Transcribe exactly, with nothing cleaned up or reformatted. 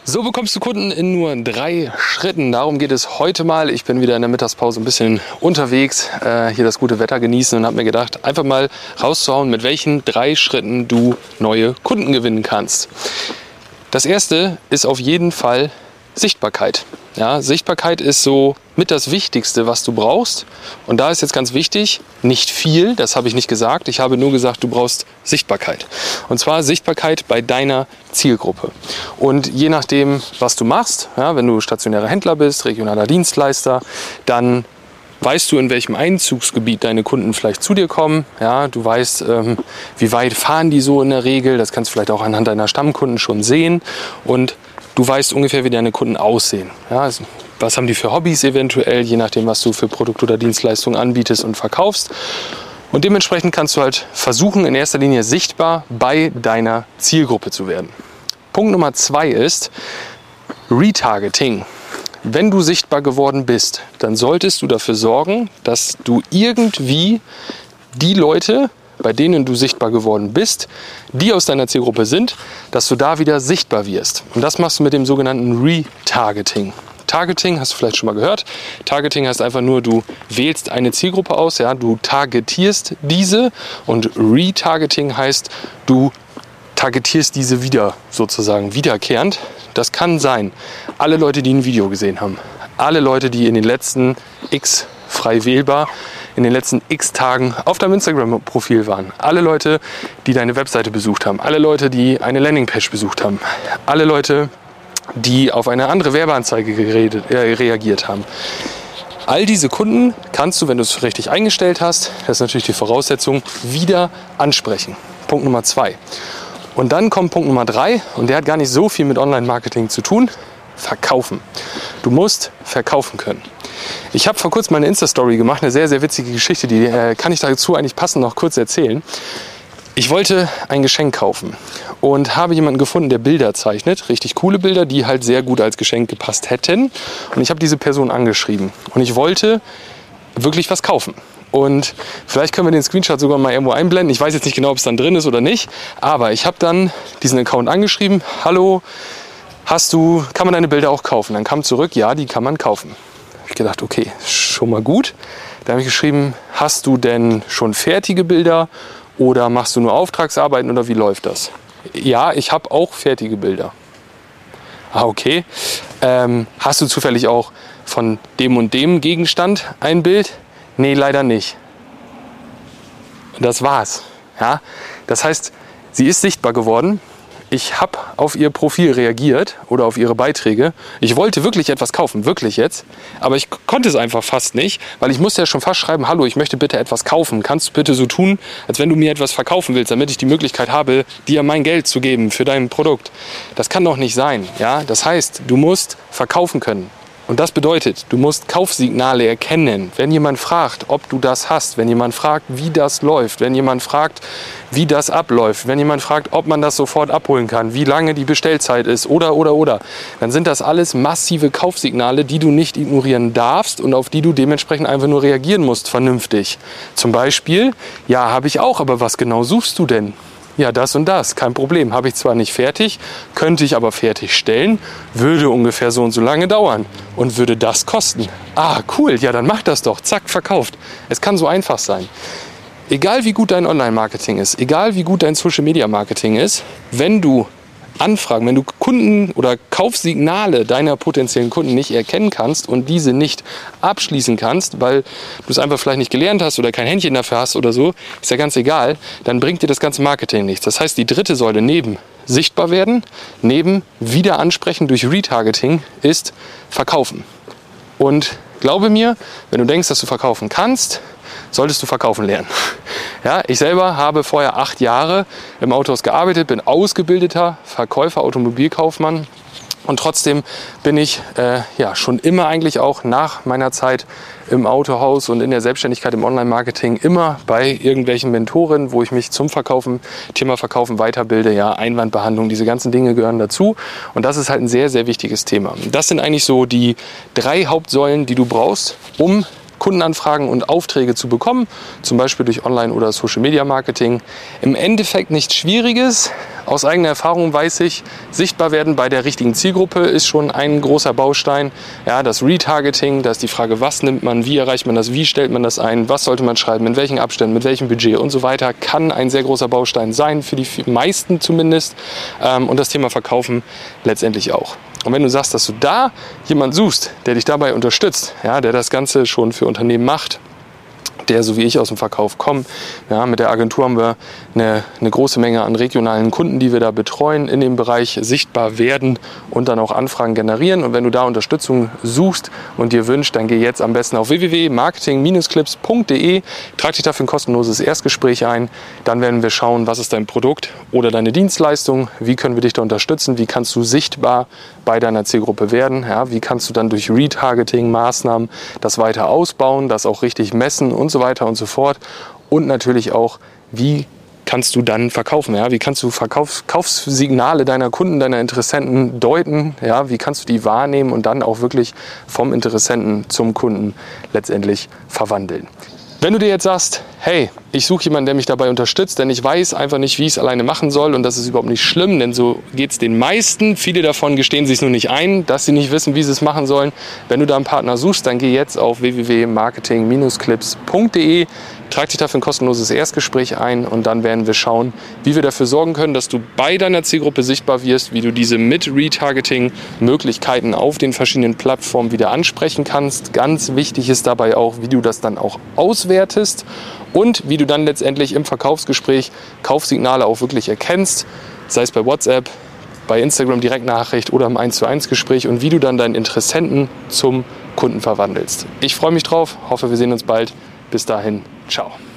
So bekommst du Kunden in nur drei Schritten. Darum geht es heute mal. Ich bin wieder in der Mittagspause ein bisschen unterwegs, äh, hier das gute Wetter genießen und habe mir gedacht, einfach mal rauszuhauen, mit welchen drei Schritten du neue Kunden gewinnen kannst. Das erste ist auf jeden Fall Sichtbarkeit. Ja, Sichtbarkeit ist so mit das Wichtigste, was du brauchst. Und da ist jetzt ganz wichtig, nicht viel, das habe ich nicht gesagt. Ich habe nur gesagt, du brauchst Sichtbarkeit. Und zwar Sichtbarkeit bei deiner Zielgruppe. Und je nachdem, was du machst, ja, wenn du stationärer Händler bist, regionaler Dienstleister, dann weißt du, in welchem Einzugsgebiet deine Kunden vielleicht zu dir kommen. Ja, du weißt, ähm, wie weit fahren die so in der Regel. Das kannst du vielleicht auch anhand deiner Stammkunden schon sehen. Und du weißt ungefähr, wie deine Kunden aussehen. Ja, also was haben die für Hobbys eventuell, je nachdem, was du für Produkte oder Dienstleistungen anbietest und verkaufst. Und dementsprechend kannst du halt versuchen, in erster Linie sichtbar bei deiner Zielgruppe zu werden. Punkt Nummer zwei ist Retargeting. Wenn du sichtbar geworden bist, dann solltest du dafür sorgen, dass du irgendwie die Leute, bei denen du sichtbar geworden bist, die aus deiner Zielgruppe sind, dass du da wieder sichtbar wirst. Und das machst du mit dem sogenannten Retargeting. Targeting hast du vielleicht schon mal gehört. Targeting heißt einfach nur, du wählst eine Zielgruppe aus, ja, du targetierst diese, und Retargeting heißt, du targetierst diese wieder sozusagen wiederkehrend. Das kann sein, alle Leute, die ein Video gesehen haben, alle Leute, die in den letzten X frei wählbar in den letzten X Tagen auf deinem Instagram-Profil waren, alle Leute, die deine Webseite besucht haben, alle Leute, die eine Landingpage besucht haben, alle Leute, die auf eine andere Werbeanzeige geredet, äh, reagiert haben. All diese Kunden kannst du, wenn du es richtig eingestellt hast, das ist natürlich die Voraussetzung, wieder ansprechen. Punkt Nummer zwei. Und dann kommt Punkt Nummer drei, und der hat gar nicht so viel mit Online-Marketing zu tun: Verkaufen. Du musst verkaufen können. Ich habe vor kurzem eine Insta-Story gemacht, eine sehr, sehr witzige Geschichte, die äh, kann ich dazu eigentlich passend noch kurz erzählen. Ich wollte ein Geschenk kaufen und habe jemanden gefunden, der Bilder zeichnet, richtig coole Bilder, die halt sehr gut als Geschenk gepasst hätten. Und ich habe diese Person angeschrieben und ich wollte wirklich was kaufen. Und vielleicht können wir den Screenshot sogar mal irgendwo einblenden. Ich weiß jetzt nicht genau, ob es dann drin ist oder nicht, aber ich habe dann diesen Account angeschrieben: Hallo, hast du, kann man deine Bilder auch kaufen? Dann kam zurück: Ja, die kann man kaufen. Habe ich gedacht, okay, schon mal gut. Dann habe ich geschrieben: Hast du denn schon fertige Bilder oder machst du nur Auftragsarbeiten oder wie läuft das? Ja, ich habe auch fertige Bilder. Ah, okay. Ähm, hast du zufällig auch von dem und dem Gegenstand ein Bild? Nee, leider nicht. Und das war's. Ja? Das heißt, sie ist sichtbar geworden. Ich habe auf ihr Profil reagiert oder auf ihre Beiträge. Ich wollte wirklich etwas kaufen, wirklich jetzt. Aber ich konnte es einfach fast nicht, weil ich musste ja schon fast schreiben: Hallo, ich möchte bitte etwas kaufen. Kannst du bitte so tun, als wenn du mir etwas verkaufen willst, damit ich die Möglichkeit habe, dir mein Geld zu geben für dein Produkt. Das kann doch nicht sein. Ja? Das heißt, du musst verkaufen können. Und das bedeutet, du musst Kaufsignale erkennen. Wenn jemand fragt, ob du das hast, wenn jemand fragt, wie das läuft, wenn jemand fragt, wie das abläuft, wenn jemand fragt, ob man das sofort abholen kann, wie lange die Bestellzeit ist oder, oder, oder, dann sind das alles massive Kaufsignale, die du nicht ignorieren darfst und auf die du dementsprechend einfach nur reagieren musst, vernünftig. Zum Beispiel: Ja, habe ich auch, aber was genau suchst du denn? Ja, das und das, kein Problem. Habe ich zwar nicht fertig, könnte ich aber fertigstellen, würde ungefähr so und so lange dauern und würde das kosten. Ah, cool, ja, dann mach das doch. Zack, verkauft. Es kann so einfach sein. Egal wie gut dein Online-Marketing ist, egal wie gut dein Social-Media-Marketing ist, wenn du Anfragen, wenn du Kunden oder Kaufsignale deiner potenziellen Kunden nicht erkennen kannst und diese nicht abschließen kannst, weil du es einfach vielleicht nicht gelernt hast oder kein Händchen dafür hast oder so, ist ja ganz egal, dann bringt dir das ganze Marketing nichts. Das heißt, die dritte Säule neben sichtbar werden, neben wieder ansprechen durch Retargeting, ist verkaufen. Und glaube mir, wenn du denkst, dass du verkaufen kannst, solltest du verkaufen lernen. Ja, ich selber habe vorher acht Jahre im Autohaus gearbeitet, bin ausgebildeter Verkäufer, Automobilkaufmann, und trotzdem bin ich äh, ja, schon immer eigentlich auch nach meiner Zeit im Autohaus und in der Selbstständigkeit im Online-Marketing immer bei irgendwelchen Mentoren, wo ich mich zum Verkaufen, Thema Verkaufen weiterbilde. Ja, Einwandbehandlung, diese ganzen Dinge gehören dazu, und das ist halt ein sehr, sehr wichtiges Thema. Das sind eigentlich so die drei Hauptsäulen, die du brauchst, um Kundenanfragen und Aufträge zu bekommen, zum Beispiel durch Online- oder Social-Media-Marketing. Im Endeffekt nichts Schwieriges, Aus eigener Erfahrung weiß ich, sichtbar werden bei der richtigen Zielgruppe ist schon ein großer Baustein. Ja, das Retargeting, da ist die Frage, was nimmt man, wie erreicht man das, wie stellt man das ein, was sollte man schreiben, in welchen Abständen, mit welchem Budget und so weiter, kann ein sehr großer Baustein sein, für die meisten zumindest. Und das Thema Verkaufen letztendlich auch. Und wenn du sagst, dass du da jemanden suchst, der dich dabei unterstützt, ja, der das Ganze schon für Unternehmen macht, der, so wie ich, aus dem Verkauf kommt. Ja, mit der Agentur haben wir eine, eine große Menge an regionalen Kunden, die wir da betreuen, in dem Bereich sichtbar werden und dann auch Anfragen generieren. Und wenn du da Unterstützung suchst und dir wünschst, dann geh jetzt am besten auf w w w punkt marketing Bindestrich clips punkt d e, trag dich dafür ein kostenloses Erstgespräch ein. Dann werden wir schauen, was ist dein Produkt oder deine Dienstleistung, wie können wir dich da unterstützen, wie kannst du sichtbar bei deiner Zielgruppe werden, ja, wie kannst du dann durch Retargeting-Maßnahmen das weiter ausbauen, das auch richtig messen und so weiter und so fort. Und natürlich auch, wie kannst du dann verkaufen? Ja? Wie kannst du Verkaufs- Kaufsignale deiner Kunden, deiner Interessenten deuten? Ja? Wie kannst du die wahrnehmen und dann auch wirklich vom Interessenten zum Kunden letztendlich verwandeln? Wenn du dir jetzt sagst, hey, ich suche jemanden, der mich dabei unterstützt, denn ich weiß einfach nicht, wie ich es alleine machen soll und das ist überhaupt nicht schlimm, denn so geht es den meisten. Viele davon gestehen sich nur nicht ein, dass sie nicht wissen, wie sie es machen sollen. Wenn du da einen Partner suchst, dann geh jetzt auf w w w punkt marketing Bindestrich clips punkt d e, trag dich dafür ein kostenloses Erstgespräch ein und dann werden wir schauen, wie wir dafür sorgen können, dass du bei deiner Zielgruppe sichtbar wirst, wie du diese mit Retargeting-Möglichkeiten auf den verschiedenen Plattformen wieder ansprechen kannst. Ganz wichtig ist dabei auch, wie du das dann auch auswertest und wie du dann letztendlich im Verkaufsgespräch Kaufsignale auch wirklich erkennst, sei es bei WhatsApp, bei Instagram Direktnachricht oder im eins zu eins Gespräch und wie du dann deinen Interessenten zum Kunden verwandelst. Ich freue mich drauf, hoffe wir sehen uns bald. Bis dahin, ciao.